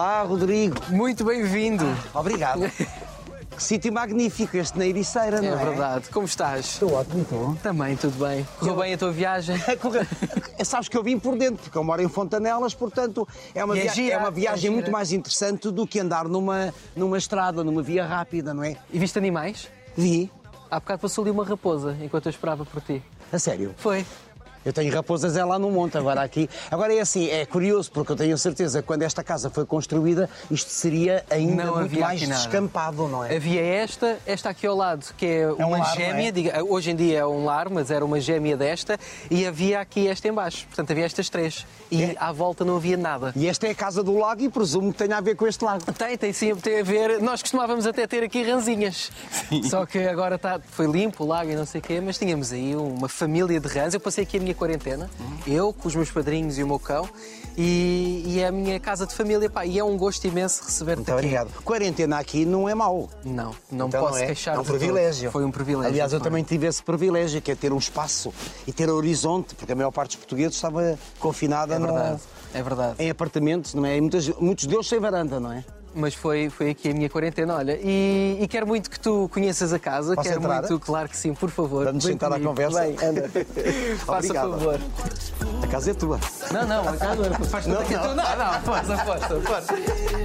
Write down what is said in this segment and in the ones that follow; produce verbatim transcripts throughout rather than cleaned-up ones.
Olá, Rodrigo. Muito bem-vindo. Obrigado. Que sítio magnífico este na Ericeira, não é? É verdade. Como estás? Estou ótimo, estou. Também, tudo bem. Correu bem a tua viagem? Sabes que eu vim por dentro, porque eu moro em Fontanelas, portanto é uma, E é via... gira, é uma viagem é muito gira. mais interessante do que andar numa, numa estrada, numa via rápida, não é? E viste animais? Vi. Há bocado passou ali uma raposa enquanto eu esperava por ti. A sério? Foi. Eu tenho raposas é lá no monte, agora aqui. Agora é assim, é curioso, porque eu tenho certeza que quando esta casa foi construída, isto seria ainda Não muito havia mais aqui nada. descampado, não é? Havia esta, esta aqui ao lado, que é, um uma lar, gêmea, não é? diga, hoje em dia é um lar, mas era uma gêmea desta, e havia aqui esta em baixo. Portanto, havia estas três. E É. à volta não havia nada. E esta é a casa do lago e presumo que tenha a ver com este lago. Tem, tem sim, tem a ver. Nós costumávamos até ter aqui ranzinhas. Sim. Só que agora tá, foi limpo o lago e não sei o quê, mas tínhamos aí uma família de rãs. Eu passei aqui a minha quarentena, uhum. eu, com os meus padrinhos e o meu cão, e, e é a minha casa de família, pá, e é um gosto imenso receber-te Muito aqui. obrigado. Quarentena aqui não é mau. Não, não Então posso não é? queixar. É um privilégio. Foi um privilégio. Aliás, eu foi. também tive esse privilégio, que é ter um espaço e ter horizonte, porque a maior parte dos portugueses estava confinada É verdade, no... é verdade. em apartamentos, não é? E muitos, muitos deles sem varanda, não é? Mas foi, foi aqui a minha quarentena, olha, e, e quero muito que tu conheças a casa. Posso quero entrar? muito, claro que sim, por favor. Vamos Vem sentar à comigo. conversa? Vem, anda. Faça Obrigado. favor. A casa é tua. Não, não, a casa faz tudo aqui. Não, não, força, força, força.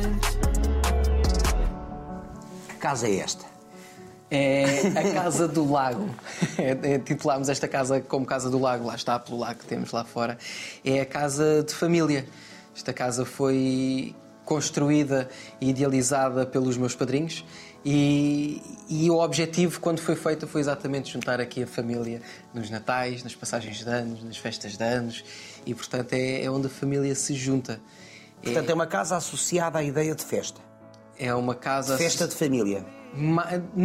Que casa é esta? É a Casa do Lago. É, é, titulámos esta casa como Casa do Lago, lá está, pelo lago que temos lá fora. É a casa de família. Esta casa foi construída e idealizada pelos meus padrinhos e, e o objetivo, quando foi feita, foi exatamente juntar aqui a família nos natais, nas passagens de anos, nas festas de anos e, portanto, é, é onde a família se junta. Portanto, é... é uma casa associada à ideia de festa. É uma casa... De festa de família. Ma...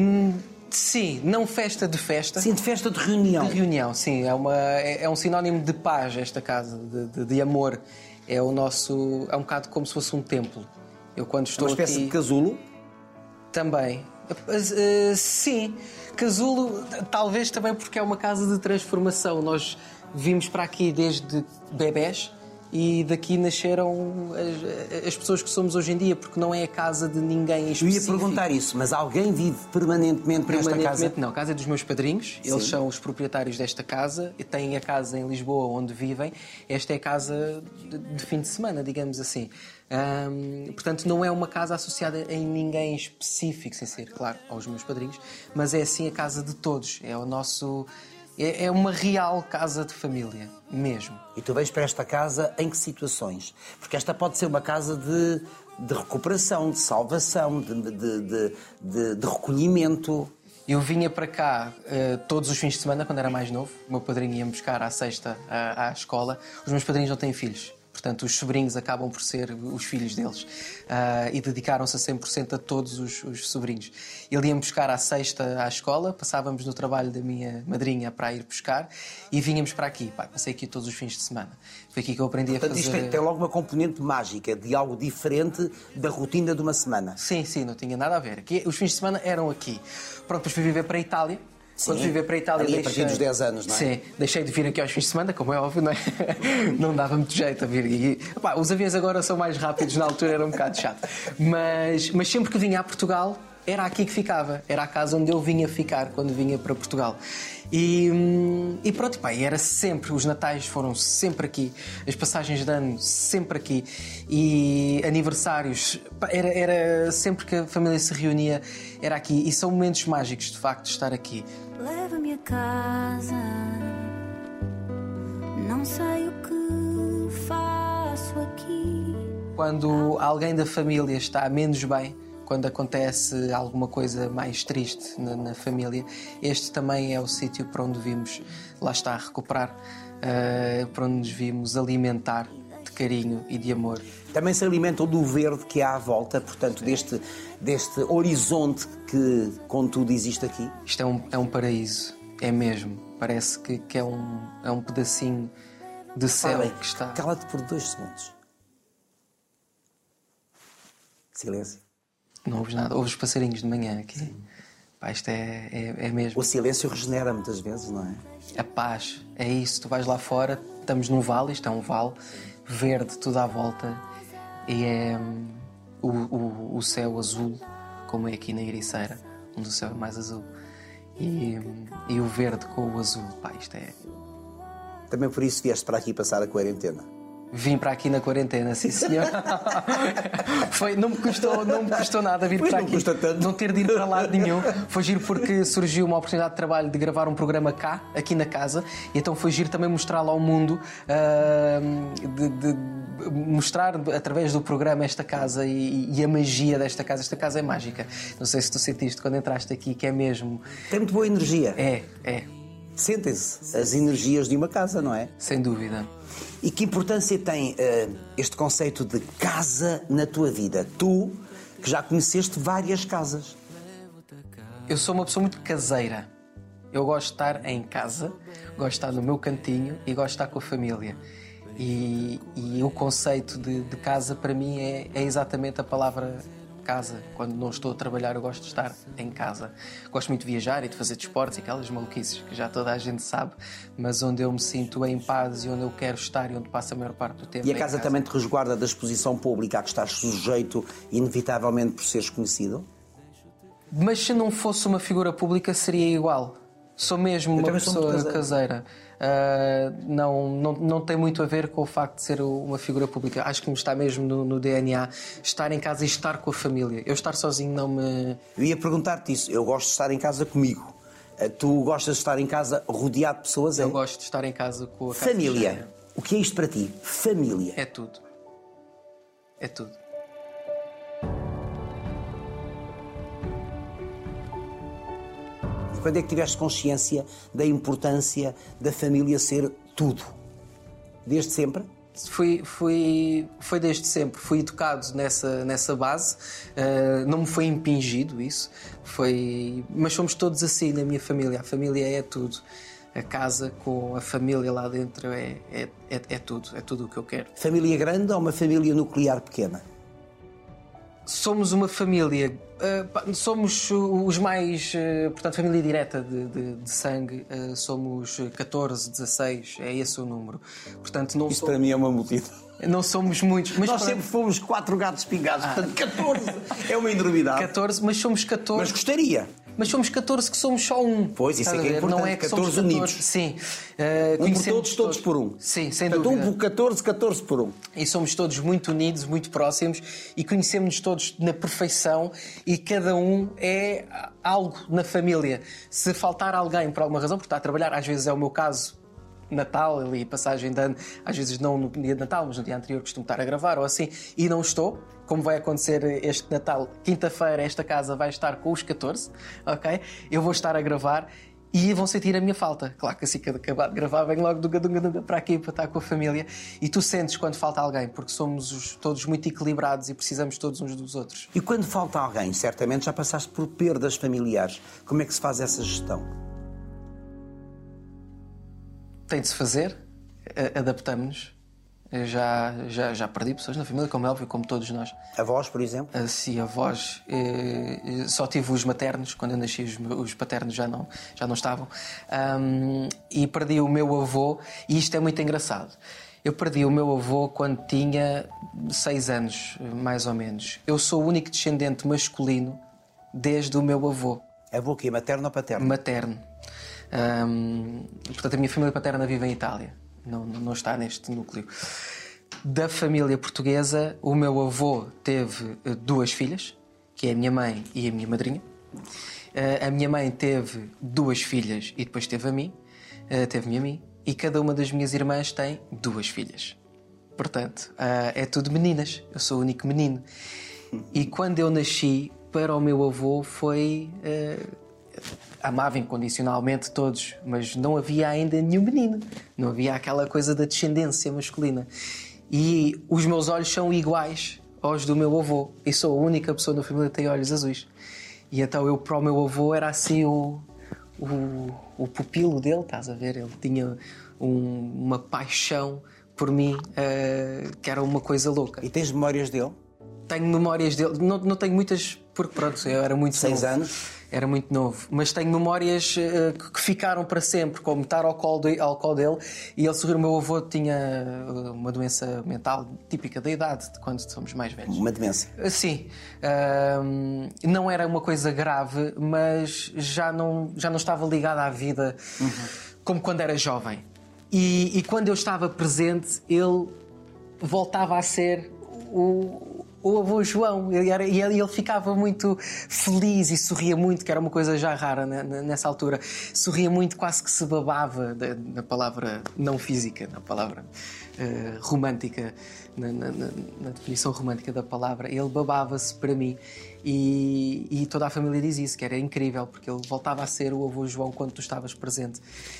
Sim, não festa de festa. Sim, de festa de reunião. De reunião, sim. É, uma, é, é um sinónimo de paz esta casa, de, de, de amor. É o nosso... É um bocado como se fosse um templo. Eu quando estou é uma espécie aqui... de casulo? Também. Uh, sim. Casulo, talvez também porque é uma casa de transformação. Nós vimos para aqui desde bebés e daqui nasceram as, as pessoas que somos hoje em dia, porque não é a casa de ninguém em específico. Eu ia perguntar isso, mas alguém vive permanentemente, permanentemente nesta casa? Não, a casa é dos meus padrinhos, Sim. Eles são os proprietários desta casa e têm a casa em Lisboa onde vivem. Esta é a casa de, de fim de semana, digamos assim. Hum, portanto, não é uma casa associada a ninguém específico, sem ser, claro, aos meus padrinhos, mas é assim a casa de todos. É o nosso... É uma real casa de família, mesmo. E tu vens para esta casa em que situações? Porque esta pode ser uma casa de, de recuperação, de salvação, de, de, de, de, de recolhimento. Eu vinha para cá uh, todos os fins de semana, quando era mais novo. O meu padrinho ia-me buscar à sexta à, à escola. Os meus padrinhos não têm filhos. Portanto, os sobrinhos acabam por ser os filhos deles uh, e dedicaram-se a cem por cento a todos os, os sobrinhos. Ele ia-me buscar à sexta à escola, passávamos no trabalho da minha madrinha para ir buscar e vínhamos para aqui. Pá, passei aqui todos os fins de semana. Foi aqui que eu aprendi Portanto, a fazer... isto tem logo uma componente mágica, de algo diferente da rotina de uma semana. Sim, sim, não tinha nada a ver. Aqui, os fins de semana eram aqui. Pronto, depois fui viver para a Itália. Sim. Quando fui viver para a Itália... Ali deixei... a partir dos dez anos, não é? Sim, deixei de vir aqui aos fins de semana, como é óbvio, não é? Não dava muito jeito a vir. E, opá, os aviões agora são mais rápidos, na altura era um bocado chato. Mas, mas sempre que vinha a Portugal, era aqui que ficava. Era a casa onde eu vinha ficar quando vinha para Portugal. E, e pronto, pá, e era sempre, os natais foram sempre aqui, as passagens de ano sempre aqui e aniversários, pá, era, era sempre que a família se reunia, era aqui. E são momentos mágicos, de facto, de estar aqui. Leva-me a casa, não sei o que faço aqui. Quando alguém da família está menos bem, quando acontece alguma coisa mais triste na, na família, este também é o sítio para onde vimos, lá está, recuperar, uh, para onde nos vimos alimentar de carinho e de amor. Também se alimentam do verde que há à volta, portanto, deste, deste horizonte que, contudo, existe aqui. Isto é um, é um paraíso, é mesmo. Parece que, que é, um, é um pedacinho de céu Sabem, que está... Cala-te por dois segundos. Silêncio. Não ouves nada. Ouves os passarinhos de manhã aqui. Sim. Pá, isto é, é, é mesmo. O silêncio regenera muitas vezes, não é? A paz, é isso. Tu vais lá fora, estamos num vale, isto é um vale, verde tudo à volta. E é, o, o, o céu azul, como é aqui na Ericeira, onde o céu é mais azul. E, e o verde com o azul, pá, isto é... Também por isso vieste para aqui passar a quarentena. Vim para aqui na quarentena, sim senhor. Foi, não, me custou, não me custou nada vir Pois para não aqui. custa tanto. Não ter de ir para lado nenhum. Foi giro porque surgiu uma oportunidade de trabalho de gravar um programa cá, aqui na casa. E então foi giro também mostrá-lo ao mundo, uh, de, de mostrar através do programa esta casa e, e a magia desta casa. Esta casa é mágica. Não sei se tu sentiste quando entraste aqui, que é mesmo... Tem muito boa energia. É, é. Sentem-se as energias de uma casa, não é? Sem dúvida. E que importância tem uh, este conceito de casa na tua vida? Tu, que já conheceste várias casas. Eu sou uma pessoa muito caseira. Eu gosto de estar em casa, gosto de estar no meu cantinho e gosto de estar com a família. E, e o conceito de, de casa, para mim, é, é exatamente a palavra casa. Quando não estou a trabalhar, eu gosto de estar em casa. Gosto muito de viajar e de fazer desportos e aquelas maluquices que já toda a gente sabe, mas onde eu me sinto em paz e onde eu quero estar e onde passo a maior parte do tempo. E a casa, casa também te resguarda da exposição pública a que estás sujeito, inevitavelmente, por seres conhecido? Mas se não fosse uma figura pública, seria igual. Sou mesmo uma pessoa caseira. Uh, não, não, não tem muito a ver com o facto de ser uma figura pública. Acho que me está mesmo no, no D N A estar em casa e estar com a família. Eu estar sozinho não me... Eu ia perguntar-te isso. Eu gosto de estar em casa comigo. Uh, tu gostas de estar em casa rodeado de pessoas? Eu é? gosto de estar em casa com a casa Família. cheia. O que é isto para ti? Família. É tudo. É tudo. Quando é que tiveste consciência da importância da família ser tudo? Desde sempre? Fui, fui, foi desde sempre. Fui educado nessa, nessa base. Uh, não me foi impingido isso. Foi... Mas somos todos assim na minha família. A família é tudo. A casa com a família lá dentro é, é, é, é tudo. É tudo o que eu quero. Família grande ou uma família nuclear pequena? Somos uma família, uh, somos os mais, uh, portanto, família direta de, de, de sangue, uh, somos catorze, dezasseis, é esse o número. Portanto, não Isso somos, para mim é uma multidão. Não somos muitos. Mas Nós para... sempre fomos quatro gatos pingados, ah. portanto catorze é uma enormidade. catorze, mas somos catorze. Mas gostaria. Mas somos catorze que somos só um. Pois, isso é que é importante. Não é que catorze somos unidos. Sim. Uh, um por todos, todos por um. Sim, sem Portanto, dúvida. um por catorze, catorze por um. E somos todos muito unidos, muito próximos e conhecemos-nos todos na perfeição e cada um é algo na família. Se faltar alguém por alguma razão, porque está a trabalhar, às vezes é o meu caso, Natal, ali, passagem de ano, às vezes não no dia de Natal, mas no dia anterior costumo estar a gravar ou assim, e não estou, como vai acontecer este Natal, quinta-feira esta casa vai estar com os catorze, ok? Eu vou estar a gravar e vão sentir a minha falta. Claro que assim que acabar de gravar venho logo dunga, dunga, dunga, para aqui para estar com a família e tu sentes quando falta alguém, porque somos os, todos muito equilibrados e precisamos todos uns dos outros. E quando falta alguém, certamente já passaste por perdas familiares, como é que se faz essa gestão? Tem de se fazer, adaptamos-nos. Já, já, já perdi pessoas na família, como é óbvio, como todos nós. Avós, por exemplo? Sim, avós. Eh, só tive os maternos, quando eu nasci os, os paternos já não, já não estavam. Um, e perdi o meu avô, e isto é muito engraçado. Eu perdi o meu avô quando tinha seis anos, mais ou menos. Eu sou o único descendente masculino desde o meu avô. Avô que é materno ou paterno? Materno. Um, portanto, a minha família paterna vive em Itália. Não, não está neste núcleo. Da família portuguesa, o meu avô teve duas filhas, que é a minha mãe e a minha madrinha. A minha mãe teve duas filhas e depois teve a mim, teve-me a mim, e cada uma das minhas irmãs tem duas filhas. Portanto, é tudo meninas, eu sou o único menino. E quando eu nasci, para o meu avô foi... Amava incondicionalmente todos, mas não havia ainda nenhum menino. Não havia aquela coisa da descendência masculina. E os meus olhos são iguais aos do meu avô. E sou a única pessoa na família que tem olhos azuis. E então eu, para o meu avô, era assim o, o, o pupilo dele, estás a ver? Ele tinha um, uma paixão por mim, uh, que era uma coisa louca. E tens memórias dele? Tenho memórias dele. Não, não tenho muitas, porque pronto, eu era muito Seis novo. anos? Era muito novo. Mas tenho memórias uh, que ficaram para sempre, como estar ao colo, de, ao colo dele e ele sorrir. O meu avô tinha uma doença mental típica da idade, de quando somos mais velhos. Uma demência. Uh, sim. Uh, não era uma coisa grave, mas já não, já não estava ligada à vida uhum. como quando era jovem. E, e quando eu estava presente, ele voltava a ser o, o avô João. Ele era, e ele, ele ficava muito feliz e sorria muito, que era uma coisa já rara né, nessa altura. Sorria muito, quase que se babava de, na palavra não física, na palavra uh, romântica, na, na, na definição romântica da palavra. Ele babava-se para mim. E, e toda a família diz isso, que era incrível, porque ele voltava a ser o avô João quando tu estavas presente.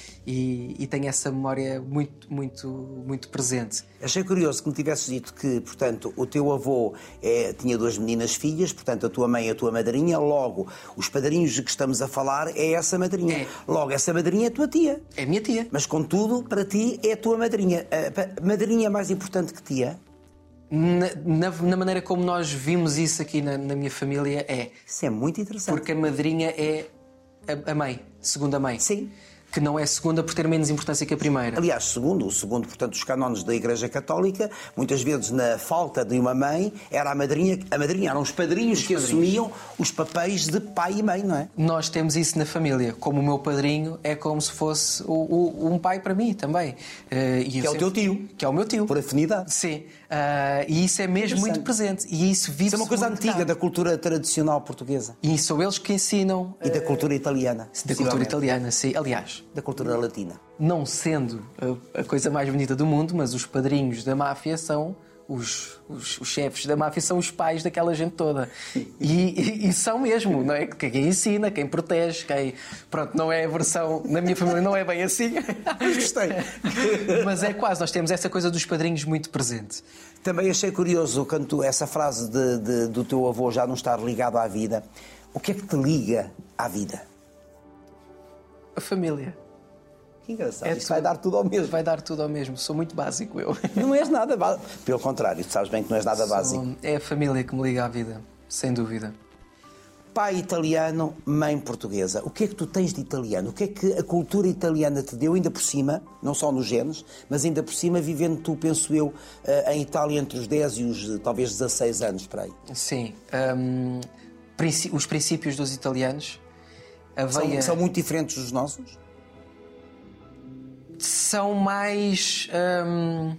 E, e tenho essa memória muito, muito, muito presente. Achei curioso que me tivesses dito que, portanto, o teu avô é, tinha duas meninas filhas, portanto, a tua mãe e a tua madrinha, logo, os padrinhos de que estamos a falar é essa madrinha. É. Logo, essa madrinha é a tua tia. É a minha tia. Mas, contudo, para ti é a tua madrinha. A madrinha é mais importante que tia? Na, na, na maneira como nós vimos isso aqui na, na minha família, é. Isso é muito interessante. Porque a madrinha é a, a mãe, segunda mãe. Sim. Que não é segunda por ter menos importância que a primeira. Aliás, segundo, segundo, portanto, os cânones da Igreja Católica, muitas vezes na falta de uma mãe, era a madrinha, a madrinha eram os padrinhos os que padrinhos. assumiam os papéis de pai e mãe, não é? Nós temos isso na família. Como o meu padrinho é como se fosse o, o, um pai para mim também. Uh, e que é sempre... o teu tio. Que é o meu tio. Por afinidade. Sim. Uh, e isso é mesmo muito presente. E isso vive Isso é uma coisa antiga tarde. da cultura tradicional portuguesa. E são eles que ensinam... E uh... da cultura italiana. Da cultura italiana, sim. Aliás... Da cultura latina. Não sendo a, a coisa mais bonita do mundo, mas os padrinhos da máfia são... Os, os, os chefes da máfia são os pais daquela gente toda. E, e, e são mesmo, não é? Quem ensina, quem protege, quem... Pronto, não é a versão... Na minha família não é bem assim. Mas gostei. Mas é quase, nós temos essa coisa dos padrinhos muito presente. Também achei curioso quando tu, essa frase de, de, do teu avô já não estar ligado à vida. O que é que te liga à vida? A família. Que engraçado. É Isto vai dar tudo ao mesmo. Vai dar tudo ao mesmo. Sou muito básico, eu. Não és nada básico. Pelo contrário, tu sabes bem que não és nada Sou... básico. É a família que me liga à vida, sem dúvida. Pai italiano, mãe portuguesa. O que é que tu tens de italiano? O que é que a cultura italiana te deu, ainda por cima, não só nos genes, mas ainda por cima, vivendo tu, penso eu, em Itália entre os dez e os talvez dezasseis anos, para aí? Sim. Um, os princípios dos italianos... A veia... são, são muito diferentes dos nossos? São mais... Hum...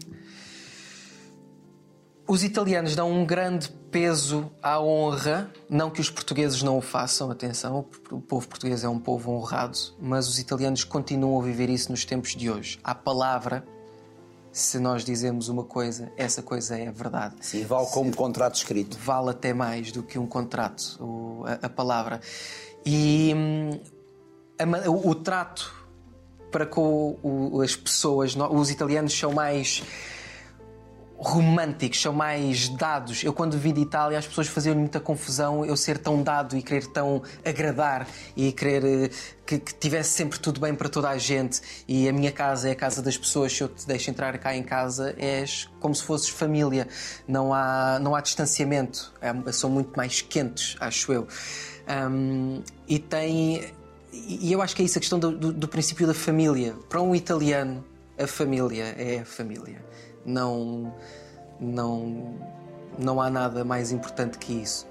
Os italianos dão um grande peso à honra, não que os portugueses não o façam, atenção, o povo português é um povo honrado, mas os italianos continuam a viver isso nos tempos de hoje. A palavra, se nós dizemos uma coisa, essa coisa é a verdade. Sim, vale como um contrato escrito. Vale até mais do que um contrato, a, a palavra. E hum, a, o, o trato para com o, as pessoas, os italianos são mais românticos, são mais dados. Eu, quando vim de Itália, as pessoas faziam muita confusão eu ser tão dado e querer tão agradar e querer que, que tivesse sempre tudo bem para toda a gente. E a minha casa é a casa das pessoas. Se eu te deixo entrar cá em casa, és como se fosses família. Não há, não há distanciamento. É, são muito mais quentes, acho eu. Um, e tem... E eu acho que é isso, a questão do, do, do princípio da família. Para um italiano, a família é a família. Não, não, não há nada mais importante que isso.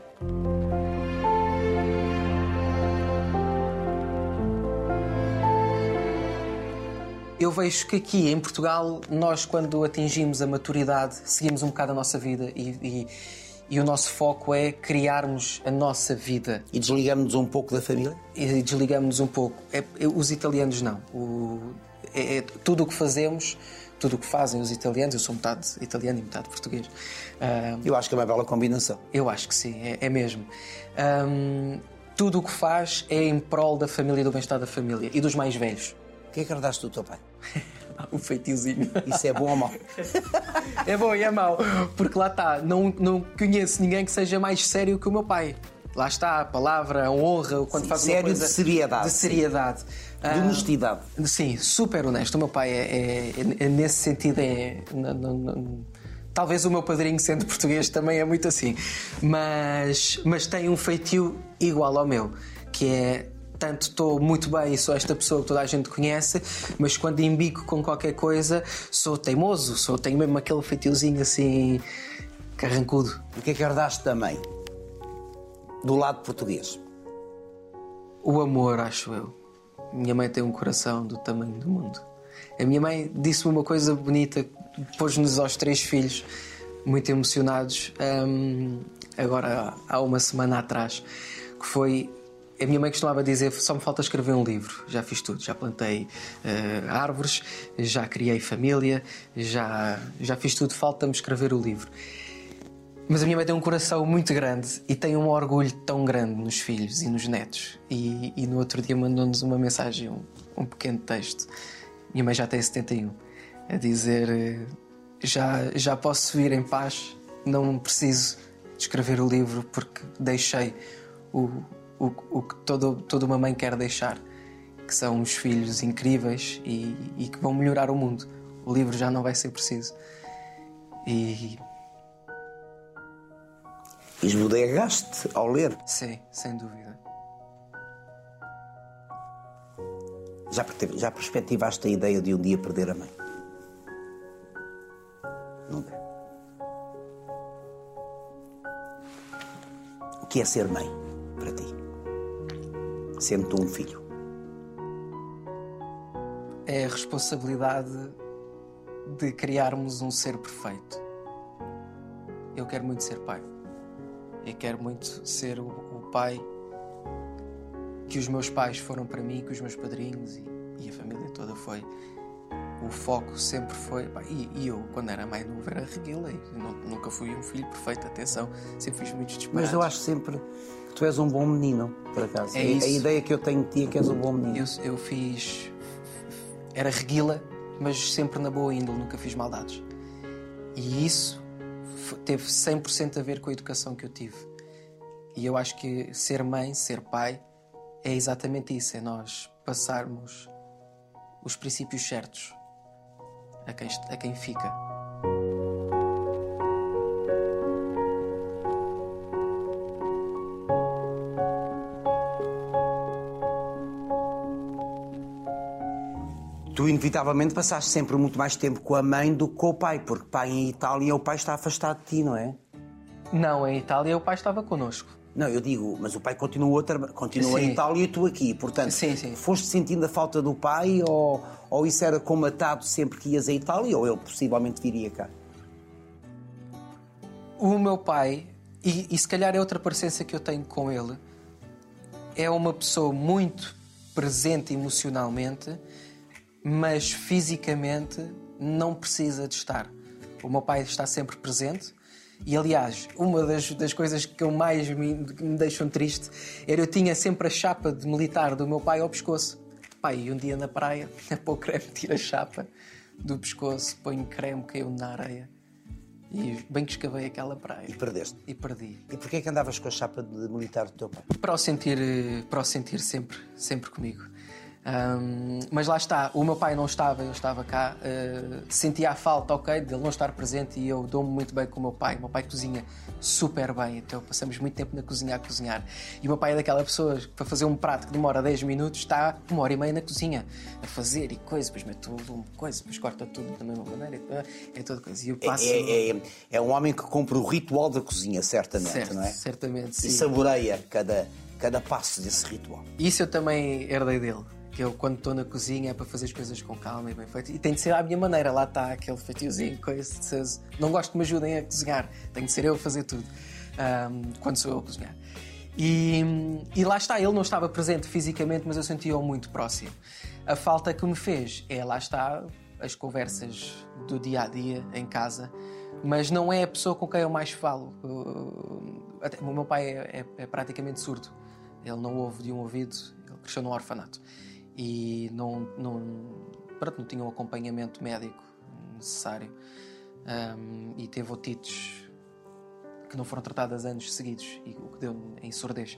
Eu vejo que aqui em Portugal, nós, quando atingimos a maturidade, seguimos um bocado a nossa vida e, e, e o nosso foco é criarmos a nossa vida. E desligamos-nos um pouco da família? E desligamos-nos um pouco. É, é, os italianos não. O, é, é, tudo o que fazemos... Tudo o que fazem os italianos, eu sou metade italiano e metade português. Um, eu acho que é uma bela combinação. Eu acho que sim, é, é mesmo. Um, tudo o que faz é em prol da família e do bem-estar da família e dos mais velhos. O que é que herdaste do teu pai? Um feitiozinho. Isso é bom ou mau? É bom e é mau, porque lá está, não, não conheço ninguém que seja mais sério que o meu pai. Lá está a palavra, a honra, quando sim, faz sério uma coisa... de seriedade. De seriedade. De honestidade. Uh, sim, super honesto. O meu pai é, é, é nesse sentido, é... Não, não, não, talvez o meu padrinho, sendo português, também é muito assim. Mas, mas tem um feitio igual ao meu, que que é tanto estou muito bem e sou esta pessoa que toda a gente conhece, mas quando embico com qualquer coisa sou teimoso, sou, tenho mesmo aquele feitiozinho assim carrancudo. O que é que herdaste da mãe? Do lado português? O amor, acho eu. Minha mãe tem um coração do tamanho do mundo. A minha mãe disse-me uma coisa bonita, pôs-nos aos três filhos muito emocionados, hum, agora há uma semana atrás, que foi... A minha mãe costumava dizer: só me falta escrever um livro. Já fiz tudo, já plantei uh, árvores, já criei família, já, já fiz tudo, falta-me escrever o livro. Mas a minha mãe tem um coração muito grande e tem um orgulho tão grande nos filhos e nos netos. E, e no outro dia mandou-nos uma mensagem, um, um pequeno texto. Minha mãe já tem setenta e um, a dizer: já, já posso vir em paz, não preciso de escrever o livro porque deixei o, o, o que todo, toda uma mãe quer deixar, que são os filhos incríveis e, e que vão melhorar o mundo. O livro já não vai ser preciso. E... Esbodegaste ao ler? Sim, sem dúvida. Já, já perspectivaste a ideia de um dia perder a mãe? Nunca. O que é ser mãe para ti? Sendo tu um filho? É a responsabilidade de criarmos um ser perfeito. Eu quero muito ser pai. Eu quero muito ser o, o pai que os meus pais foram para mim, que os meus padrinhos e, e a família toda foi. O foco sempre foi... Pá, e, e eu, quando era mais novo, era reguila. E não, nunca fui um filho perfeito, atenção. Sempre fiz muitos disparates. Mas eu acho sempre que tu és um bom menino, por acaso. É a, isso. a ideia que eu tenho de ti é que és um bom menino. Eu, eu fiz... Era reguila, mas sempre na boa índole, nunca fiz maldades. E isso teve cem por cento a ver com a educação que eu tive. E eu acho que ser mãe, ser pai, é exatamente isso. É nós passarmos os princípios certos a quem, a quem fica. Tu, inevitavelmente, passaste sempre muito mais tempo com a mãe do que com o pai, porque pai em Itália, o pai está afastado de ti, não é? Não, em Itália o pai estava connosco. Não, eu digo, mas o pai continua, outra, continua Sim. em Itália e tu aqui. Portanto, Sim, sim. foste sentindo a falta do pai ou, ou isso era comatado sempre que ias a Itália ou ele possivelmente viria cá? O meu pai, e, e se calhar é outra parecência que eu tenho com ele, é uma pessoa muito presente emocionalmente, mas fisicamente não precisa de estar. O meu pai está sempre presente e, aliás, uma das, das coisas que eu mais me, que me deixam triste era eu tinha sempre a chapa de militar do meu pai ao pescoço. Pai, e um dia na praia, a pôr creme, tiro a chapa do pescoço, ponho creme, caiu na areia e bem que escavei aquela praia. E perdeste? E perdi. E porquê é que andavas com a chapa de militar do teu pai? Para o sentir, para o sentir sempre, sempre comigo. Um, mas lá está, o meu pai não estava, eu estava cá, uh, sentia a falta, ok, dele não estar presente e eu dou-me muito bem com o meu pai. O meu pai cozinha super bem, então passamos muito tempo na cozinha a cozinhar. E o meu pai é daquela pessoa que para fazer um prato que demora dez minutos está uma hora e meia na cozinha a fazer e coisa, depois mete tudo, uma coisa, depois corta tudo da mesma maneira, é toda coisa. E eu passo... é, é, é, é um homem que cumpre o ritual da cozinha, certamente, certo, não é? Certamente, sim. E saboreia cada, cada passo desse ritual. Isso eu também herdei dele. Que eu, quando estou na cozinha, é para fazer as coisas com calma e bem feito. E tem de ser à minha maneira. Lá está aquele feitiozinho, coisa. Não gosto que me ajudem a cozinhar. Tem de ser eu a fazer tudo. Um, quando sou eu a cozinhar. E, e lá está. Ele não estava presente fisicamente, mas eu sentia-o muito próximo. A falta que me fez é, lá está, as conversas do dia-a-dia em casa. Mas não é a pessoa com quem eu mais falo. Até, o meu pai é, é, é praticamente surdo. Ele não ouve de um ouvido. Ele cresceu num orfanato. E não, não, pronto, não tinha o acompanhamento médico necessário um, e teve otites que não foram tratadas anos seguidos, e o que deu em surdez.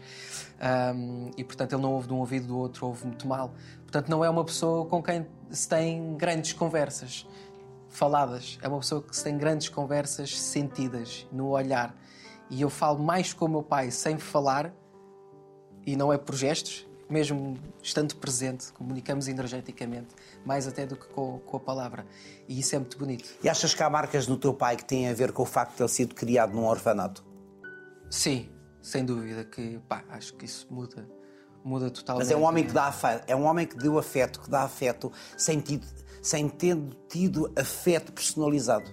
Um, e, portanto, ele não ouve de um ouvido, do outro ouve muito mal. Portanto, não é uma pessoa com quem se tem grandes conversas faladas. É uma pessoa que se tem grandes conversas sentidas, no olhar. E eu falo mais com o meu pai sem falar. e não é por gestos, mesmo estando presente, comunicamos energeticamente, mais até do que com, com a palavra. E isso é muito bonito. E achas que há marcas no teu pai que têm a ver com o facto de ele ter sido criado num orfanato? Sim, sem dúvida que, pá, acho que isso muda, muda totalmente. Mas é um homem que dá afeto, é um homem que deu afeto, que dá afeto sem, tido, sem tendo tido afeto personalizado.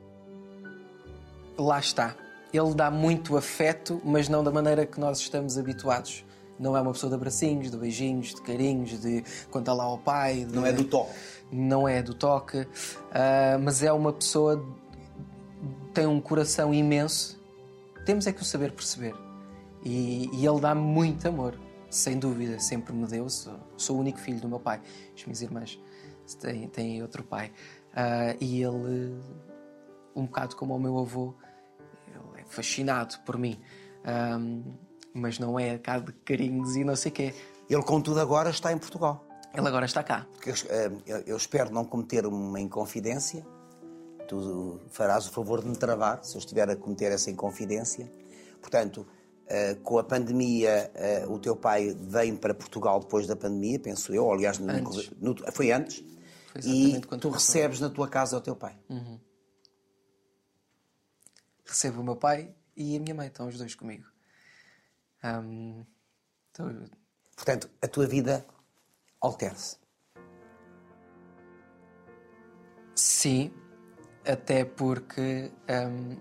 Lá está. Ele dá muito afeto, mas não da maneira que nós estamos habituados. Não é uma pessoa de abracinhos, de beijinhos, de carinhos, de contar lá ao pai. De... Não é do toque. Não é do toque, uh, mas é uma pessoa que tem um coração imenso. Temos é que o saber perceber. E, e ele dá muito amor, sem dúvida. Sempre me deu. Sou, sou o único filho do meu pai. As minhas irmãs têm, têm outro pai. Uh, e ele, um bocado como o meu avô, ele é fascinado por mim. Um, mas não é cá de carinhos e não sei o quê. Ele, contudo, agora está em Portugal. Ele agora está cá. Eu, eu espero não cometer uma inconfidência. Tu farás o favor de me travar se eu estiver a cometer essa inconfidência. Portanto, com a pandemia, o teu pai vem para Portugal depois da pandemia, penso eu. Aliás, no, antes. No, foi antes. Foi e tu recebes na tua casa o teu pai. Uhum. Recebo o meu pai e a minha mãe, estão os dois comigo. Um, então... Portanto, a tua vida altera-se. Sim, até porque um,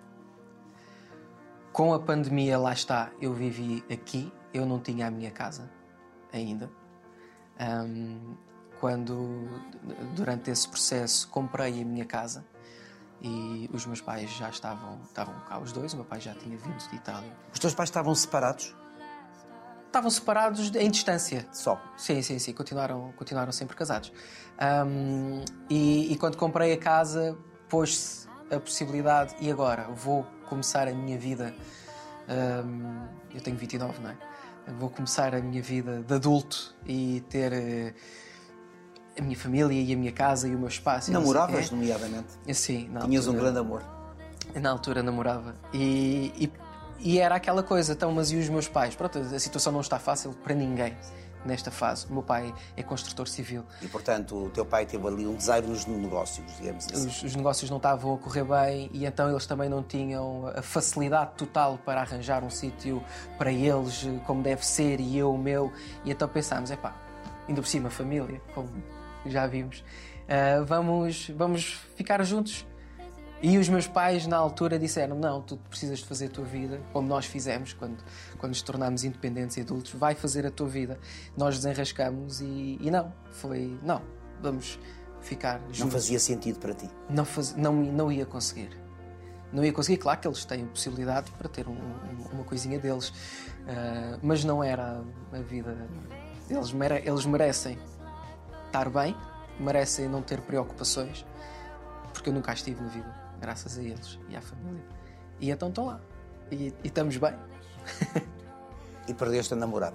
com a pandemia, lá está, eu vivi aqui, eu não tinha a minha casa ainda. Um, quando, durante esse processo, comprei a minha casa e os meus pais já estavam, estavam cá os dois, o meu pai já tinha vindo de Itália. Os teus pais estavam separados? Estavam separados em distância. Só? Sim, sim, sim. Continuaram, continuaram sempre casados. Um, e, e quando comprei a casa, pôs-se a possibilidade, e agora? Vou começar a minha vida... Um, eu tenho vinte e nove, não é? Vou começar a minha vida de adulto e ter uh, a minha família e a minha casa e o meu espaço. Namoravas, nomeadamente? Sim. Na Tinhas altura, um grande amor? Na altura namorava. E... e E era aquela coisa, então, mas e os meus pais? Pronto, a situação não está fácil para ninguém nesta fase. O meu pai é construtor civil. E, portanto, o teu pai teve ali um desaire nos negócios, digamos assim. Os, os negócios não estavam a correr bem e então eles também não tinham a facilidade total para arranjar um sítio para eles, como deve ser, e eu o meu. E então pensámos, epá, ainda por cima, família, como já vimos, uh, vamos, vamos ficar juntos. E os meus pais, na altura, disseram, não, tu precisas de fazer a tua vida, como nós fizemos quando, quando nos tornámos independentes e adultos, vai fazer a tua vida. Nós desenrascamos e, e não, foi, não, vamos ficar juntos. Não fazia sentido para ti? Não, faz, não, não ia conseguir. Não ia conseguir, claro que eles têm possibilidade para ter um, um, uma coisinha deles, uh, mas não era a vida. Eles, mere, eles merecem estar bem, merecem não ter preocupações, porque eu nunca estive na vida. Graças a eles e à família. E então estão lá. E, e estamos bem. E perdeste a namorada?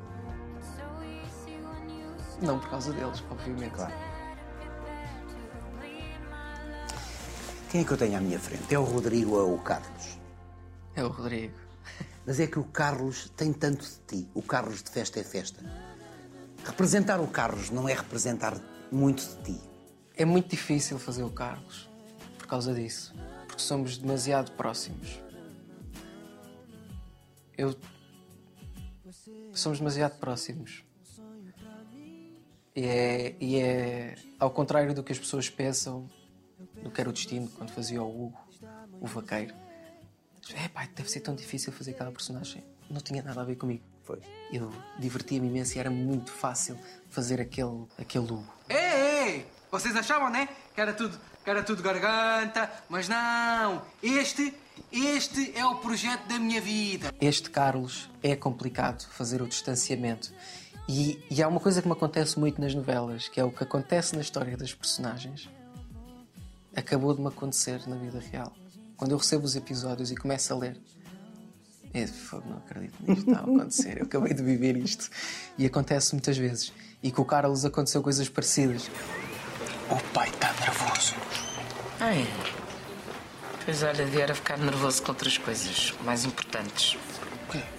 Não por causa deles, obviamente. Claro. Quem é que eu tenho à minha frente? É o Rodrigo ou o Carlos? É o Rodrigo. Mas é que o Carlos tem tanto de ti. O Carlos de Festa é Festa. Representar o Carlos não é representar muito de ti. É muito difícil fazer o Carlos. Por causa disso, porque somos demasiado próximos. Eu... Somos demasiado próximos. E é, e é ao contrário do que as pessoas pensam, do que era o Destino quando fazia o Hugo, o vaqueiro. É pá, deve ser tão difícil fazer aquela personagem. Não tinha nada a ver comigo. Foi. Eu divertia-me imenso e era muito fácil fazer aquele, aquele Hugo. Ei, ei! Vocês achavam, né? Que era tudo, que era tudo garganta, mas não! Este, este é o projeto da minha vida. Este Carlos é complicado fazer o distanciamento. E, e há uma coisa que me acontece muito nas novelas, que é o que acontece na história das personagens. Acabou de me acontecer na vida real. Quando eu recebo os episódios e começo a ler, eu não acredito nisto, está a acontecer. Eu acabei de viver isto. E acontece muitas vezes. E com o Carlos aconteceu coisas parecidas. O pai está nervoso. Ai, pois olha, devia ficar nervoso com outras coisas mais importantes. O quê?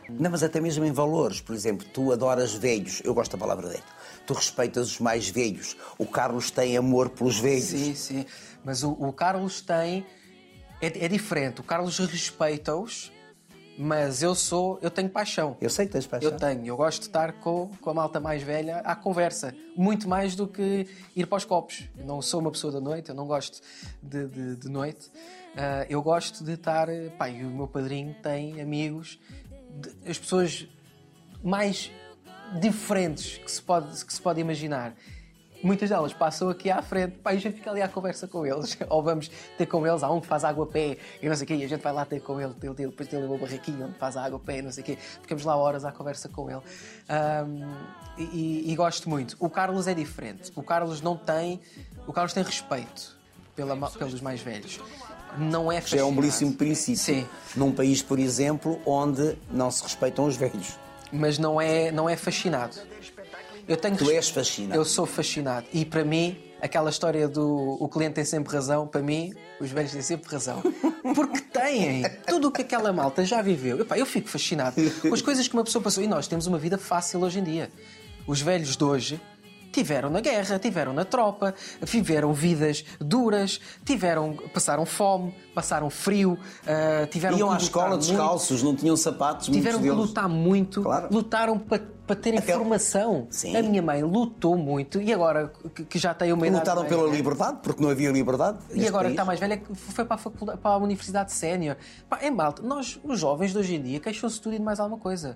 Não, mas até mesmo em valores. Por exemplo, tu adoras velhos. Eu gosto da palavra velho. Tu respeitas os mais velhos. O Carlos tem amor pelos velhos. Sim, sim. Mas o, o Carlos tem... É, é diferente. O Carlos respeita-os, mas eu sou... Eu tenho paixão. Eu sei que tens paixão. Eu tenho. Eu gosto de estar com, com a malta mais velha à conversa. Muito mais do que ir para os copos. Eu não sou uma pessoa da noite. Eu não gosto de, de, de noite. Uh, eu gosto de estar... Pá, e o meu padrinho tem amigos... De, as pessoas mais diferentes que se pode, que se pode imaginar. Muitas delas passam aqui à frente, pá, e a gente fica ali à conversa com eles. Ou vamos ter com eles, há um que faz água a pé e não sei o quê, e a gente vai lá ter com ele, ele, ele depois tem uma barraquinha onde faz água a pé e não sei o quê. Ficamos lá horas à conversa com ele. Um, e, e gosto muito. O Carlos é diferente. O Carlos não tem... O Carlos tem respeito pela, pelos mais velhos. Não é fascinado. Já é um belíssimo princípio. Sim. Num país, por exemplo, onde não se respeitam os velhos. Mas não é, não é fascinado. Eu tenho Tu és fascinado. Eu sou fascinado. E para mim, aquela história do o cliente tem sempre razão, para mim, os velhos têm sempre razão. Porque têm tudo o que aquela malta já viveu. Epá, eu fico fascinado com as coisas que uma pessoa passou. E nós temos uma vida fácil hoje em dia. Os velhos de hoje tiveram na guerra, tiveram na tropa, viveram vidas duras, tiveram, passaram fome, passaram frio, uh, tiveram Iam que à escola lutar descalços, muito, não tinham sapatos, tiveram que muitos deles. lutar muito, Claro. lutaram para, para ter Até- informação. Sim. A minha mãe lutou muito e agora que, que já tem uma idade Lutaram mais pela velha, liberdade, porque não havia liberdade. e neste agora que país. está mais velha, foi para a, faculdade, para a Universidade Sénior. Pá, é malta, nós, os jovens de hoje em dia, queixam-se tudo e de mais alguma coisa.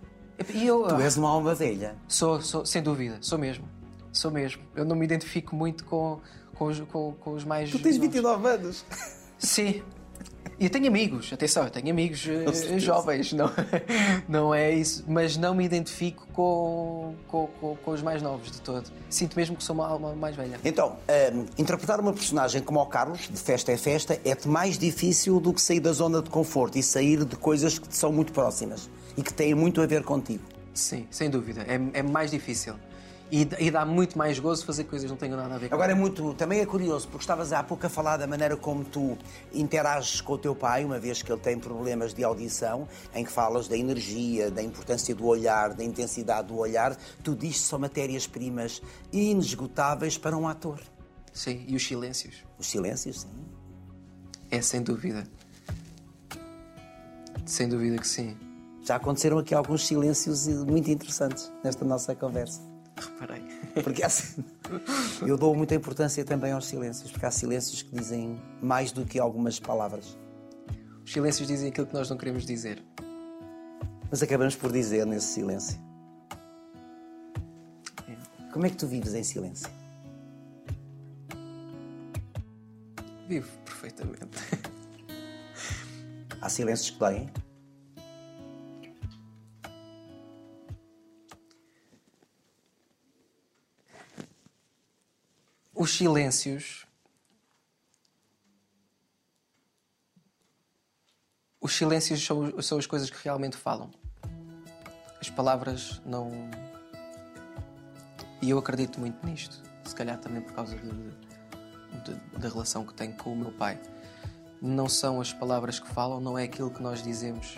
E eu, Tu és uma alma velha. Sou, sou, sem dúvida, sou mesmo. Sou mesmo. Eu não me identifico muito com, com, os, com, com os mais... Tu tens novos. vinte e nove anos. Sim. E eu tenho amigos, atenção, eu tenho amigos eh, certeza. jovens, não, não é isso, mas não me identifico com, com, com, com os mais novos de todo. Sinto mesmo que sou uma alma mais velha. Então, hum, interpretar uma personagem como o Carlos, de Festa é Festa, é-te mais difícil do que sair da zona de conforto e sair de coisas que te são muito próximas e que têm muito a ver contigo. Sim, sem dúvida, é, é mais difícil. E, e dá muito mais gozo fazer coisas que não tenham nada a ver com Agora é muito, também é curioso, porque estavas há pouco a falar da maneira como tu interages com o teu pai, uma vez que ele tem problemas de audição, em que falas da energia, da importância do olhar, da intensidade do olhar. Tu dizes que são matérias-primas inesgotáveis para um ator. Sim, e os silêncios. Os silêncios, sim. É sem dúvida. Sem dúvida que sim. Já aconteceram aqui alguns silêncios muito interessantes nesta nossa conversa. Reparei. Porque assim, eu dou muita importância também aos silêncios, porque há silêncios que dizem mais do que algumas palavras. Os silêncios dizem aquilo que nós não queremos dizer. Mas acabamos por dizer nesse silêncio. Como é que tu vives em silêncio? Vivo perfeitamente. Há silêncios que doem? Os silêncios... Os silêncios são, são as coisas que realmente falam. As palavras não... E eu acredito muito nisto. Se calhar também por causa de, de, da relação que tenho com o meu pai. Não são as palavras que falam, não é aquilo que nós dizemos.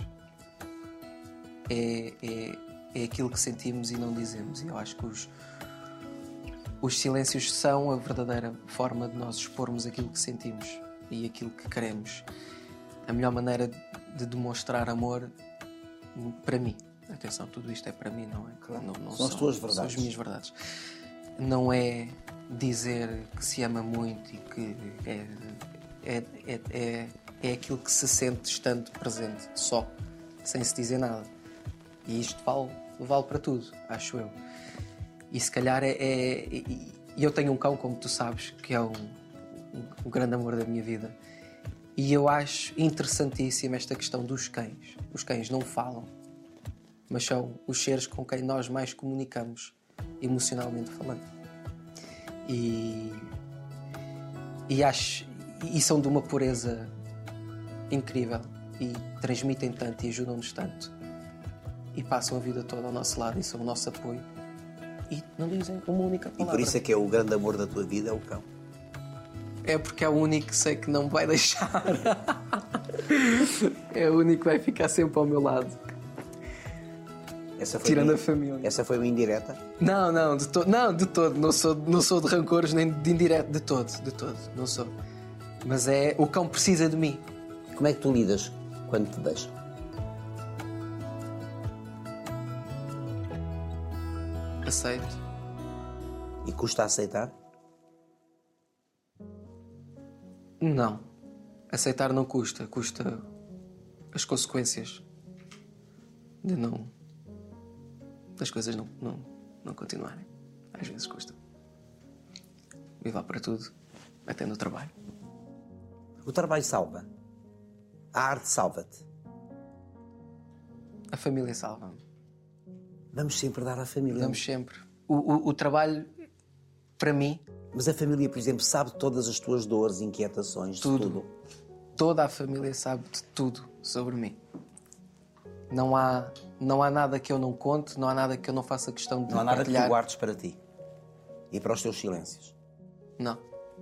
É, é, é aquilo que sentimos e não dizemos. E eu acho que os, os silêncios são a verdadeira forma de nós expormos aquilo que sentimos e aquilo que queremos. A melhor maneira de demonstrar amor, para mim, atenção, tudo isto é para mim, não é? Claro. Não, não São as tuas verdades. São as minhas verdades. Não é dizer que se ama muito e que é, é, é, é, é aquilo que se sente estando presente, só, sem se dizer nada. E isto vale, vale para tudo, acho eu. E se calhar é... é e eu tenho um cão, como tu sabes, que é um, um, um grande amor da minha vida. E eu acho interessantíssima esta questão dos cães. Os cães não falam, mas são os seres com quem nós mais comunicamos, emocionalmente falando. E, e acho e são de uma pureza incrível e transmitem tanto e ajudam-nos tanto e passam a vida toda ao nosso lado e são o nosso apoio e não dizem uma única palavra. E por isso é que é o grande amor da tua vida, é o cão. É porque é o único que sei que não me vai deixar. É o único que vai ficar sempre ao meu lado. Essa foi tirando uma- a família. Essa foi uma indireta? Não, não, de todo, não, de todo. Não sou, não sou de rancores nem de indireto, de todo, de todo. Não sou. Mas é o cão precisa de mim. Como é que tu lidas quando te deixam? Aceito. E custa aceitar? Não. Aceitar não custa. Custa as consequências de não. das coisas não, não, não continuarem. Às vezes custa. E vá para tudo, até no trabalho. O trabalho salva. A arte salva-te. A família salva-me. Vamos sempre dar à família. Damos sempre. O, o, o trabalho, para mim, Mas a família, por exemplo, sabe todas as tuas dores, inquietações, Tudo. tudo. toda a família sabe de tudo sobre mim. Não há, não há nada que eu não conte, não há nada que eu não faça questão de Não há nada que partilhar. tu guardes para ti. E para os teus silêncios. Não.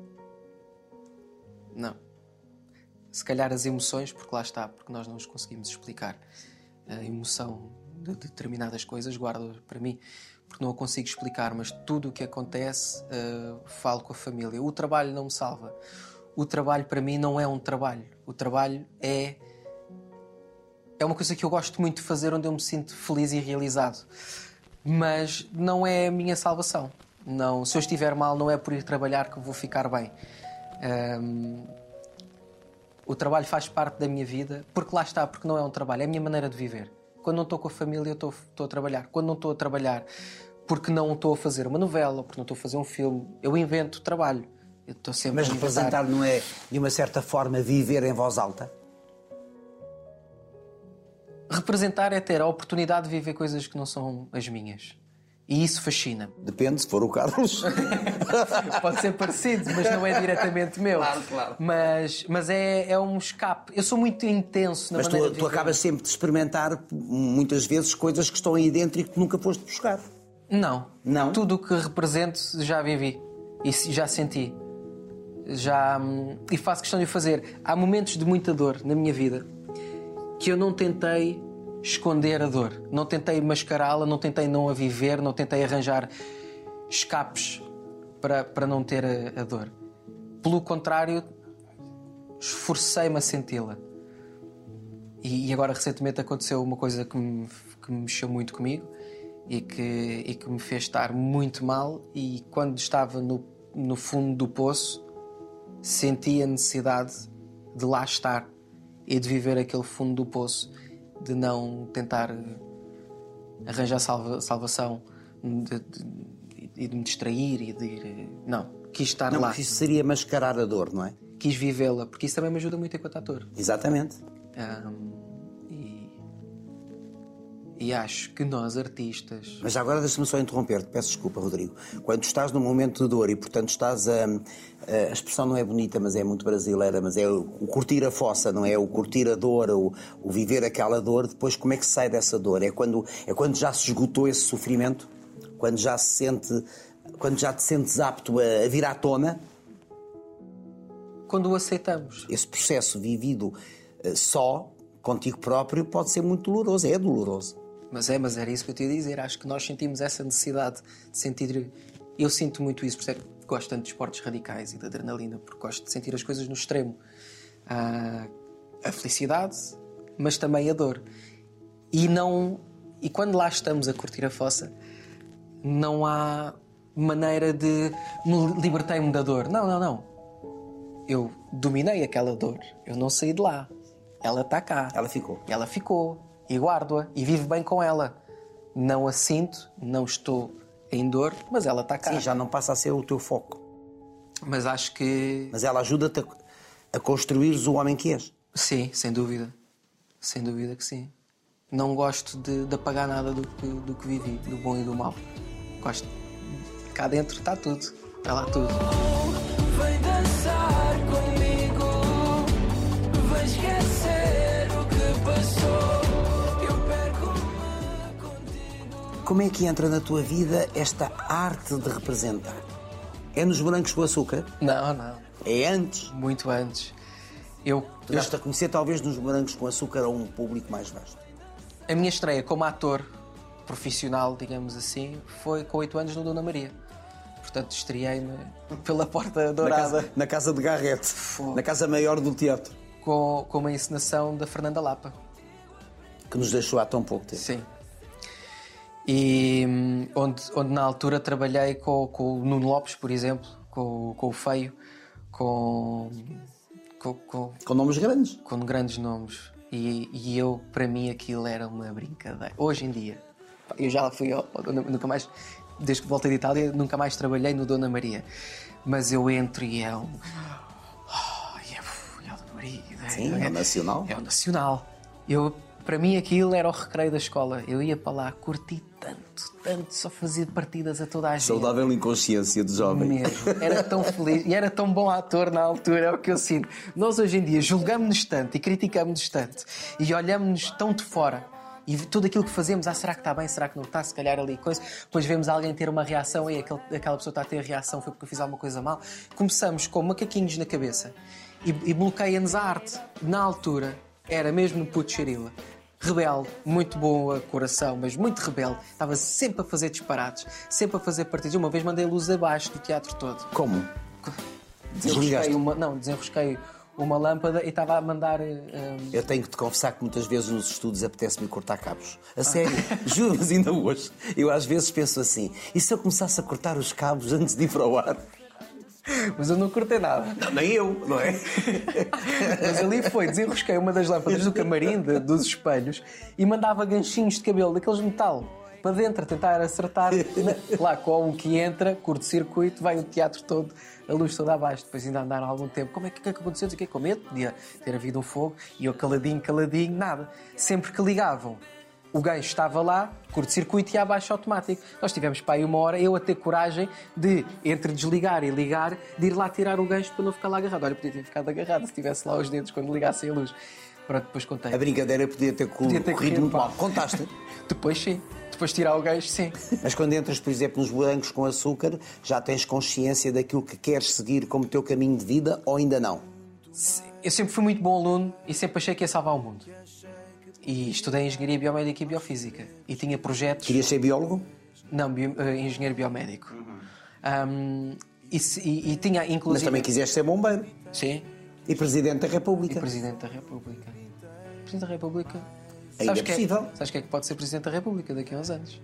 Não. Se calhar as emoções, porque lá está, porque nós não os conseguimos explicar. A emoção de determinadas coisas guardo para mim, porque não a consigo explicar, mas tudo o que acontece, uh, falo com a família. O trabalho não me salva. O trabalho para mim não é um trabalho. O trabalho é... É uma coisa que eu gosto muito de fazer, onde eu me sinto feliz e realizado. Mas não é a minha salvação. Não, se eu estiver mal, não é por ir trabalhar que vou ficar bem. Um, o trabalho faz parte da minha vida, porque lá está, porque não é um trabalho, é a minha maneira de viver. Quando não estou com a família, eu estou, estou a trabalhar. Quando não estou a trabalhar, porque não estou a fazer uma novela, porque não estou a fazer um filme, eu invento trabalho. Eu estou sempre Mas a inventar. representar não é, de uma certa forma, viver em voz alta? Representar é ter a oportunidade de viver coisas que não são as minhas. E isso fascina-me. Depende, se for o Carlos. Pode ser parecido, mas não é diretamente meu. Claro, claro. Mas, mas é, é um escape. Eu sou muito intenso na Mas maneira tu, de tu viver. acabas sempre de experimentar, muitas vezes, coisas que estão aí dentro e que tu nunca foste buscar. Não. Não? Tudo o que represento já vivi. E se- já senti. Já, hum, e faço questão de o fazer. Há momentos de muita dor na minha vida que eu não tentei esconder a dor. Não tentei mascará-la, não tentei não a viver, não tentei arranjar escapes para, para não ter a, a dor. Pelo contrário, esforcei-me a senti-la. E, e agora, recentemente, aconteceu uma coisa que me, que me mexeu muito comigo e que, e que me fez estar muito mal. E quando estava no, no fundo do poço, senti a necessidade de lá estar e de viver aquele fundo do poço, de não tentar arranjar salva, salvação de, de, e de me distrair e de ir... Não, quis estar Não, lá. porque isso seria mascarar a dor, não é? Quis vivê-la, porque isso também me ajuda muito enquanto ator. Exatamente. Ahm, e, e acho que nós, artistas... Mas já agora deixa-me só interromper-te, peço desculpa, Rodrigo. Quando estás num momento de dor e, portanto, estás a... A expressão não é bonita, mas é muito brasileira, mas é o, o curtir a fossa, não é? O curtir a dor, o, o viver aquela dor, depois como é que se sai dessa dor? É quando, é quando já se esgotou esse sofrimento? Quando já se sente... Quando já te sentes apto a, a vir à tona? Quando o aceitamos. Esse processo vivido uh, só, contigo próprio, pode ser muito doloroso, é doloroso. Mas é, mas era isso que eu te ia dizer. Acho que nós sentimos essa necessidade de sentir... Eu sinto muito isso, por isso é que gosto tanto de esportes radicais e de adrenalina, porque gosto de sentir as coisas no extremo. Ah, a felicidade, mas também a dor. E não... E quando lá estamos a curtir a fossa, não há maneira de... Me libertei-me da dor. Não, não, não. Eu dominei aquela dor. Eu não saí de lá. Ela está cá. Ela ficou. Ela ficou. E guardo-a. E vivo bem com ela. Não a sinto, não estou em dor, mas ela está cá. Sim, já não passa a ser o teu foco. Mas acho que... Mas ela ajuda-te a, a construires o homem que és. Sim, sem dúvida. Sem dúvida que sim. Não gosto de, de apagar nada do que, do que vivi, do bom e do mau. Gosto... Cá dentro está tudo. Está lá tudo. Vem dançar comigo, vem esquecer o que passou. Eu perco-me contigo. Como é que entra na tua vida esta arte de representar? É nos Morangos com Açúcar? Não, não. É antes? Muito antes. Eu... Tu deste a conhecer talvez nos Morangos com Açúcar a um público mais vasto. A minha estreia como ator profissional, digamos assim, foi com oito anos no Dona Maria. Portanto, estreiei-me pela Porta Na Dourada casa, na casa de Garrett, na casa maior do teatro, com, com uma encenação da Fernanda Lapa. que nos deixou há tão pouco tempo. Sim. E hum, onde, onde na altura trabalhei com, com o Nuno Lopes, por exemplo, com, com o Feio, com, com, com, Com nomes grandes. com grandes nomes. E, e eu, para mim, aquilo era uma brincadeira. Hoje em dia, pá, eu já lá fui, ao, ao Dona- nunca mais, desde que voltei de Itália, nunca mais trabalhei no Dona Maria. Mas eu entro e é um. Oh, e é, e é o Dona Maria. Sim, é o Nacional. É o Nacional. Eu, para mim aquilo era o recreio da escola. Eu ia para lá, curti tanto, tanto, só fazia partidas a toda a gente. Saudável inconsciência de jovem. Mesmo. Era tão feliz e era tão bom ator na altura, é o que eu sinto. Nós hoje em dia julgamos-nos tanto e criticamos-nos tanto e olhamos-nos tão de fora. E tudo aquilo que fazemos, ah, será que está bem, será que não está, se calhar ali coisa. Depois vemos alguém ter uma reação e aquele, aquela pessoa está a ter a reação, foi porque eu fiz alguma coisa mal. Começamos com macaquinhos na cabeça e, e bloqueia-nos a arte. Na altura, era mesmo no puto Xerila. Rebelde, muito boa coração, mas muito rebelde. Estava sempre a fazer disparates, sempre a fazer partidas. Uma vez mandei luz abaixo do teatro todo. Como? Desenrosquei Desligaste? uma, não, desenrosquei uma lâmpada e estava a mandar. hum, Eu tenho que te confessar que muitas vezes nos estudos apetece-me cortar cabos. A sério, juro, mas ainda hoje. Eu às vezes penso assim, e se eu começasse a cortar os cabos antes de ir para o ar? Mas eu não cortei nada. Não, nem eu, não é? Mas ali foi, desenrosquei uma das lâmpadas do camarim, de- dos espelhos, e mandava ganchinhos de cabelo, daqueles de metal, para dentro, a tentar acertar. Lá, com um que entra, curto-circuito, vai o teatro todo, a luz toda abaixo. Depois ainda andaram algum tempo. Como é que, que é que aconteceu? O que é que com medo? Podia ter havido um fogo. E eu caladinho, caladinho, nada. Sempre que ligavam, o gancho estava lá, curto-circuito e abaixo automático. Nós tivemos para aí uma hora, eu a ter coragem de, entre desligar e ligar, de ir lá tirar o gancho para não ficar lá agarrado. Olha, podia ter ficado agarrado se tivesse lá os dedos quando ligassem a luz. Pronto, depois contei. A brincadeira podia ter, co- Podia ter corrido corrido muito mal. mal. Contaste? Depois sim. Depois tirar o gancho, sim. Mas quando entras, por exemplo, nos brancos com açúcar, já tens consciência daquilo que queres seguir como teu caminho de vida ou ainda não? Eu sempre fui muito bom aluno e sempre achei que ia salvar o mundo. E estudei Engenharia Biomédica e Biofísica. E tinha projetos... Querias ser biólogo? Não, bio, eh, Engenheiro Biomédico. Um, e, se- e- e tinha Mas inclusive... também quiseste ser bombeiro. Sim. E Presidente da E República. Presidente da República. Presidente da República... Ainda Sabes é que possível. Sabes que é que pode ser Presidente da República daqui a uns anos?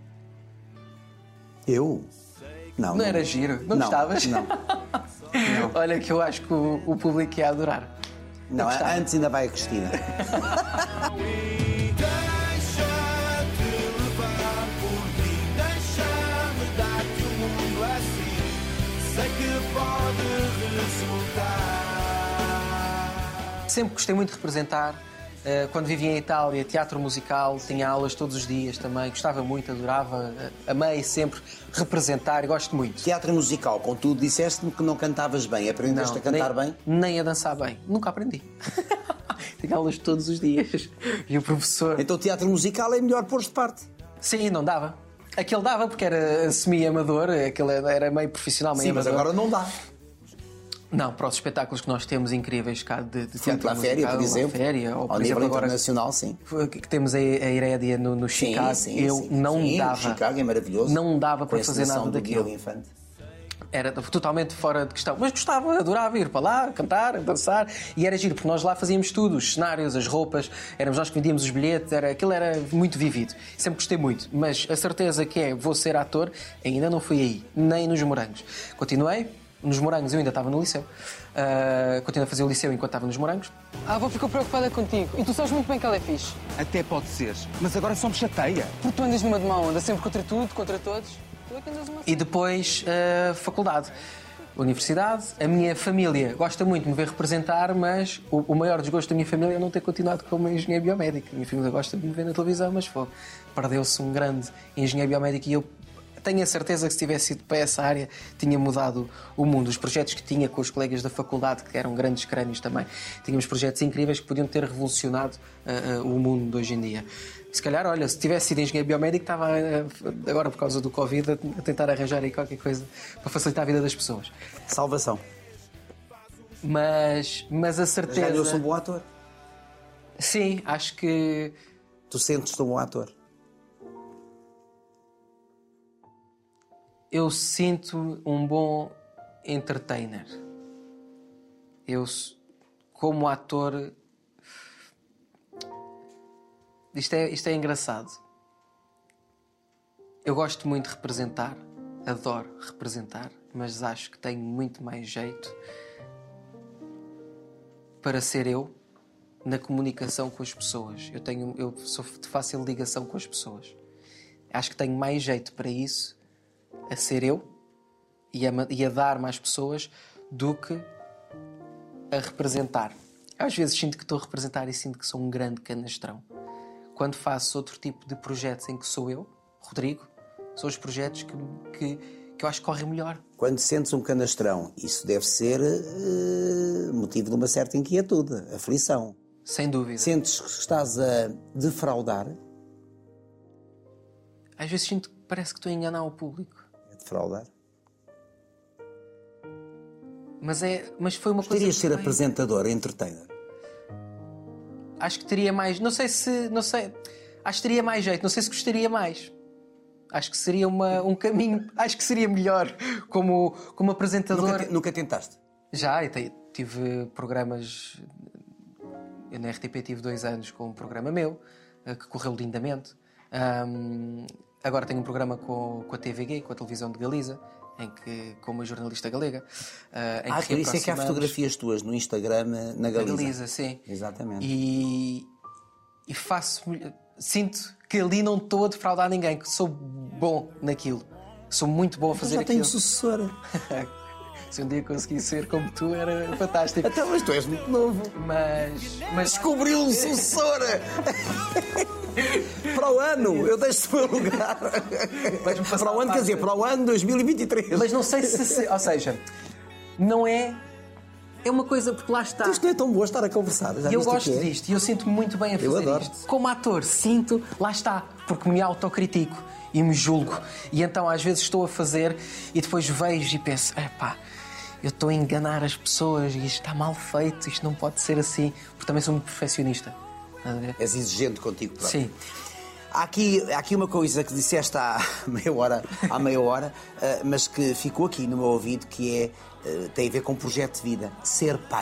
Eu? Não. Não era giro? Não, gostavas? Não. Olha que eu acho que o, o público ia adorar. Não, gostava. antes ainda vai a Cristina. Deixa-te levar por ti, deixa-me dar-te o mundo assim. Sei que pode resultar. Sempre gostei muito de representar. Uh, Quando vivia em Itália, teatro musical, tinha aulas todos os dias também. Gostava muito, adorava, uh, amei sempre representar e gosto muito. Teatro musical, contudo, disseste-me que não cantavas bem. Aprendeste a cantar nem, bem? Nem a dançar bem. Nunca aprendi. Tinha aulas todos os dias. E o professor... Então teatro musical é melhor pôr de parte. Sim, não dava. Aquele dava porque era semi-amador, aquele era meio profissional, meio Sim, mas amador. agora não dá. Não, para os espetáculos que nós temos incríveis cá de, de Filipe teatro La Féria, musical, por exemplo. La Féria, ou, por Ao exemplo, nível agora internacional, sim. que temos a, a Herédia no, no Sim, Chicago, sim, eu sim. não Sim, dava. O Chicago é maravilhoso. Não dava Com para a fazer encenação nada do daquilo. Diogo Infante. Era totalmente fora de questão. Mas gostava, adorava ir para lá, cantar, dançar. E era giro, porque nós lá fazíamos tudo, os cenários, as roupas, éramos nós que vendíamos os bilhetes, era, aquilo era muito vivido. Sempre gostei muito. Mas a certeza que é, vou ser ator, ainda não fui aí, nem nos Morangos. Continuei, nos Morangos eu ainda estava no liceu. Uh, continuei a fazer o liceu enquanto estava nos Morangos. A avó ficou preocupada contigo e tu sabes muito bem que ela é fixe. Até pode ser, mas agora só me chateia. Porque tu andas numa de mão, andas sempre contra tudo, contra todos. Tu é que andas numa... E depois, uh, faculdade. Universidade, a minha família gosta muito de me ver representar, mas o, o maior desgosto da minha família é não ter continuado como engenheiro biomédico. A minha família gosta de me ver na televisão, mas pô, perdeu-se um grande engenheiro biomédico e eu tenho a certeza que se tivesse ido para essa área tinha mudado o mundo. Os projetos que tinha com os colegas da faculdade, que eram grandes crânios também, tínhamos projetos incríveis que podiam ter revolucionado uh, uh, o mundo de hoje em dia. Se calhar, olha, se tivesse sido engenheiro biomédico, estava uh, agora por causa do Covid a tentar arranjar aí qualquer coisa para facilitar a vida das pessoas. Salvação. Mas, mas a Já certeza... eu sou um bom ator. Sim, acho que... Tu sentes-te um bom ator. eu sinto um bom entertainer. Eu, como ator... Isto é, isto é engraçado. Eu gosto muito de representar, adoro representar, mas acho que tenho muito mais jeito para ser eu na comunicação com as pessoas. Eu, tenho, eu sou de fácil ligação com as pessoas. Acho que tenho mais jeito para isso, a ser eu e a, e a dar-me às pessoas, do que a representar. Às vezes sinto que estou a representar e sinto que sou um grande canastrão. Quando faço outro tipo de projetos em que sou eu, Rodrigo, são os projetos que, que, que eu acho que correm melhor. Quando sentes um canastrão, isso deve ser uh, motivo de uma certa inquietude, aflição. Sem dúvida. Sentes que estás a defraudar? Às vezes sinto que parece que estou a enganar o público. É defraudar? Mas, é, mas foi uma Gostarias coisa... de ser que apresentador, entertainer? Acho que teria mais... Não sei se... Não sei. Acho que teria mais jeito. Não sei se gostaria mais. Acho que seria uma, um caminho... Acho que seria melhor como, como apresentador. Nunca, te, nunca tentaste? Já. Eu te, tive programas... Eu na R T P tive dois anos com um programa meu, que correu lindamente. Um, agora tenho um programa com, com a T V G, com a televisão de Galiza, em que, com uma jornalista galega. Uh, em ah, que por isso é que há fotografias tuas no Instagram na Galiza. Na Galiza, sim. Exatamente. E, e faço... Sinto que ali não estou a defraudar ninguém, que sou bom naquilo. Sou muito bom a fazer já aquilo. Já tenho sucessora. Se um dia conseguisse ser como tu, era fantástico. Até, mas tu és muito novo. Mas... mas... Descobriu um sucessora! Para o ano, eu deixo-te o meu lugar. Para o ano, quer dizer, para o ano dois mil e vinte e três. Mas não sei se... se ou seja, não é... É uma coisa, porque lá está. Isto não é tão boa estar a conversar. E eu gosto é? disto, e eu sinto-me muito bem a fazer eu adoro. isto. Como ator, sinto, lá está, porque me autocritico e me julgo. E então às vezes estou a fazer e depois vejo e penso, epá, eu estou a enganar as pessoas e isto está mal feito, isto não pode ser assim. Porque também sou muito perfeccionista. És exigente contigo próprio. Sim. Há aqui, há aqui uma coisa que disseste há meia hora, há meia hora uh, mas que ficou aqui no meu ouvido, que é, uh, tem a ver com um projeto de vida. Ser pai.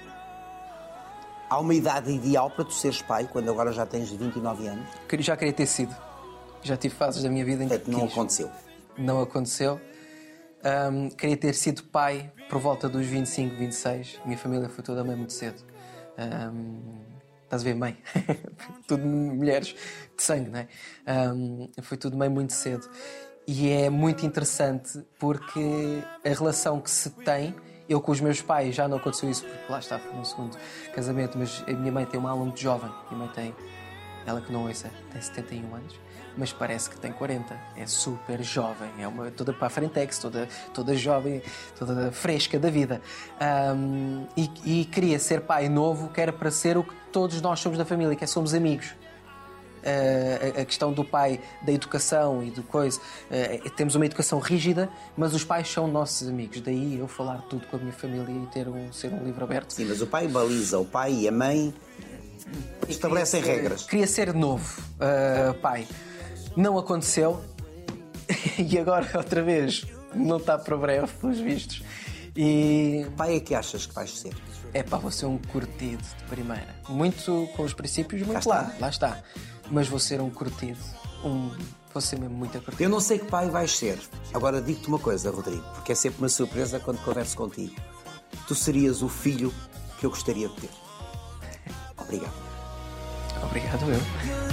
Há uma idade ideal para tu seres pai, quando agora já tens vinte e nove anos? Já queria ter sido. Já tive fases da minha vida em que Portanto, não quis. aconteceu. Não aconteceu. Um, queria ter sido pai por volta dos vinte e cinco, vinte e seis. Minha família foi toda mãe muito cedo. Um, Estás a ver, mãe? Tudo mulheres de sangue, não é? Um, foi tudo mãe muito cedo. E é muito interessante porque a relação que se tem... Eu com os meus pais já não aconteceu isso, porque lá está, foi no segundo casamento, mas a minha mãe tem uma alma muito jovem. Minha mãe tem... Ela que não ouça, tem setenta e um anos, mas parece que tem quarenta. É super jovem, é uma toda para a frentex, toda, toda jovem, toda fresca da vida. Um, e, e queria ser pai novo, que era para ser o que todos nós somos da família, que é somos amigos. Uh, a, a questão do pai, da educação e do coisa, uh, temos uma educação rígida, mas os pais são nossos amigos. Daí eu falar tudo com a minha família e ter um, ser um livro aberto. Sim, mas o pai baliza, o pai e a mãe estabelecem queria ser, regras. Queria ser novo, uh, pai. Não aconteceu. E agora, outra vez, não está para breve, pelos vistos. E... Pai é que achas que vais ser? É pá, vou ser um curtido de primeira. Muito com os princípios, muito lá lá, está. lá está. Mas vou ser um curtido. Um... Vou ser mesmo muito curtido. Eu não sei que pai vais ser. Agora digo-te uma coisa, Rodrigo, porque é sempre uma surpresa quando converso contigo. Tu serias o filho que eu gostaria de ter. Obrigado. Obrigado, eu.